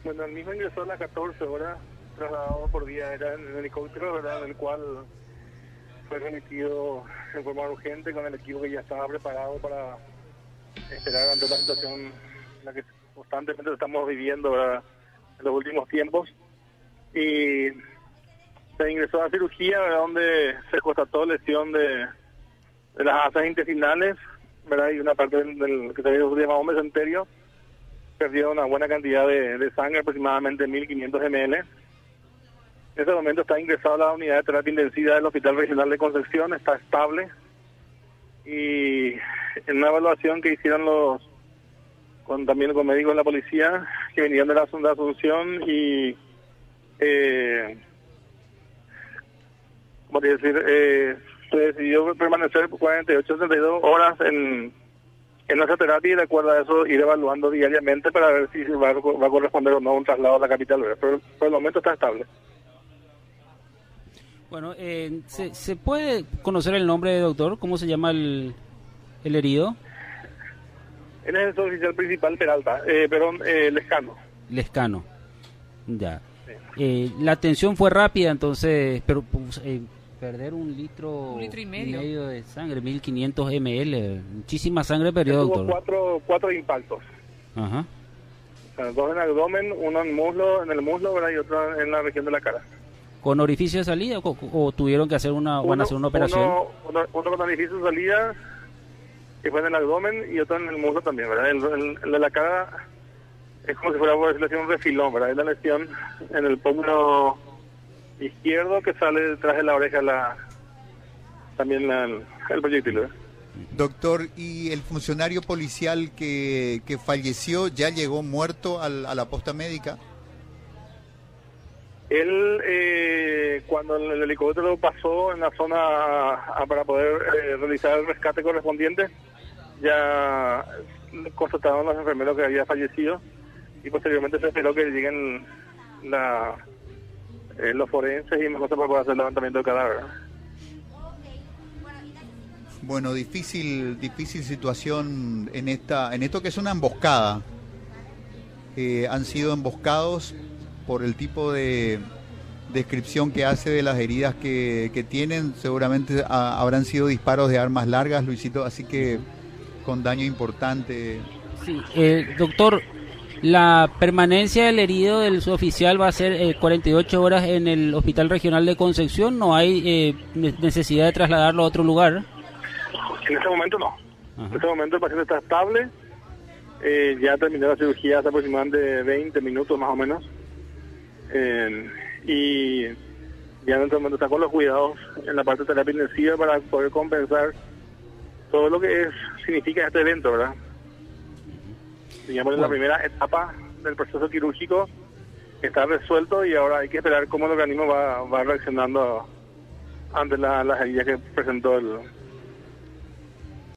Bueno, el mismo ingresó a las 14 horas, trasladado por día, era en el helicóptero, ¿verdad? En el cual fue remitido en forma urgente con el equipo que ya estaba preparado para esperar ante la situación en la que constantemente estamos viviendo, ¿verdad? En los últimos tiempos. Y se ingresó a cirugía, ¿verdad? Donde se constató lesión de las asas intestinales, ¿verdad? Y una parte del que se llama mesenterio. Perdió una buena cantidad de sangre, aproximadamente 1.500 ml. En este momento está ingresado a la unidad de terapia intensiva del Hospital Regional de Concepción, está estable. Y en una evaluación que hicieron también con médicos de la policía, que venían de la Asunción y ¿cómo te decir? Se decidió permanecer 48-72 horas en nuestra terapia y de acuerdo a eso ir evaluando diariamente para ver si va a corresponder o no un traslado a la capital, ¿verdad? Pero por el momento está estable. Bueno, ¿se puede conocer el nombre, doctor? ¿Cómo se llama el herido? Él es el oficial principal Peralta, Lescano. Lescano, ya. Sí. La atención fue rápida, entonces, pero perder un litro y medio de sangre, 1.500 ml, muchísima sangre perdió, doctor. Tuvo cuatro impactos. Ajá. O sea, 2 en el abdomen, uno en el muslo, ¿verdad? Y otro en la región de la cara. ¿Con orificio de salida o tuvieron que hacer van a hacer una operación? Uno con orificio de salida, que fue en el abdomen, y otro en el muslo también, ¿verdad? El de la cara es como si fuera, por decirlo así, un refilón, ¿verdad? Es la lesión en el pómulo izquierdo que sale detrás de la oreja también el proyectil, ¿verdad? Doctor, ¿y el funcionario policial que falleció ya llegó muerto a la posta médica? Él, cuando el helicóptero pasó en la zona para poder realizar el rescate correspondiente, ya constataron los enfermeros que había fallecido y posteriormente se esperó que lleguen los forenses y más cosas para poder hacer el levantamiento del cadáver. Bueno, difícil situación en esto que es una emboscada. Han sido emboscados por el tipo de descripción que hace de las heridas que tienen. Seguramente habrán sido disparos de armas largas, Luisito, así que con daño importante. Sí, doctor, la permanencia del herido del suboficial va a ser 48 horas en el Hospital Regional de Concepción. ¿No hay necesidad de trasladarlo a otro lugar? En este momento no. Ajá. En este momento el paciente está estable. Ya terminó la cirugía hace aproximadamente 20 minutos más o menos. Y ya en este momento está con los cuidados en la parte de terapia intensiva para poder compensar todo lo que significa este evento, ¿verdad? Digamos, en la primera etapa del proceso quirúrgico está resuelto y ahora hay que esperar cómo el organismo va reaccionando ante las heridas que presentó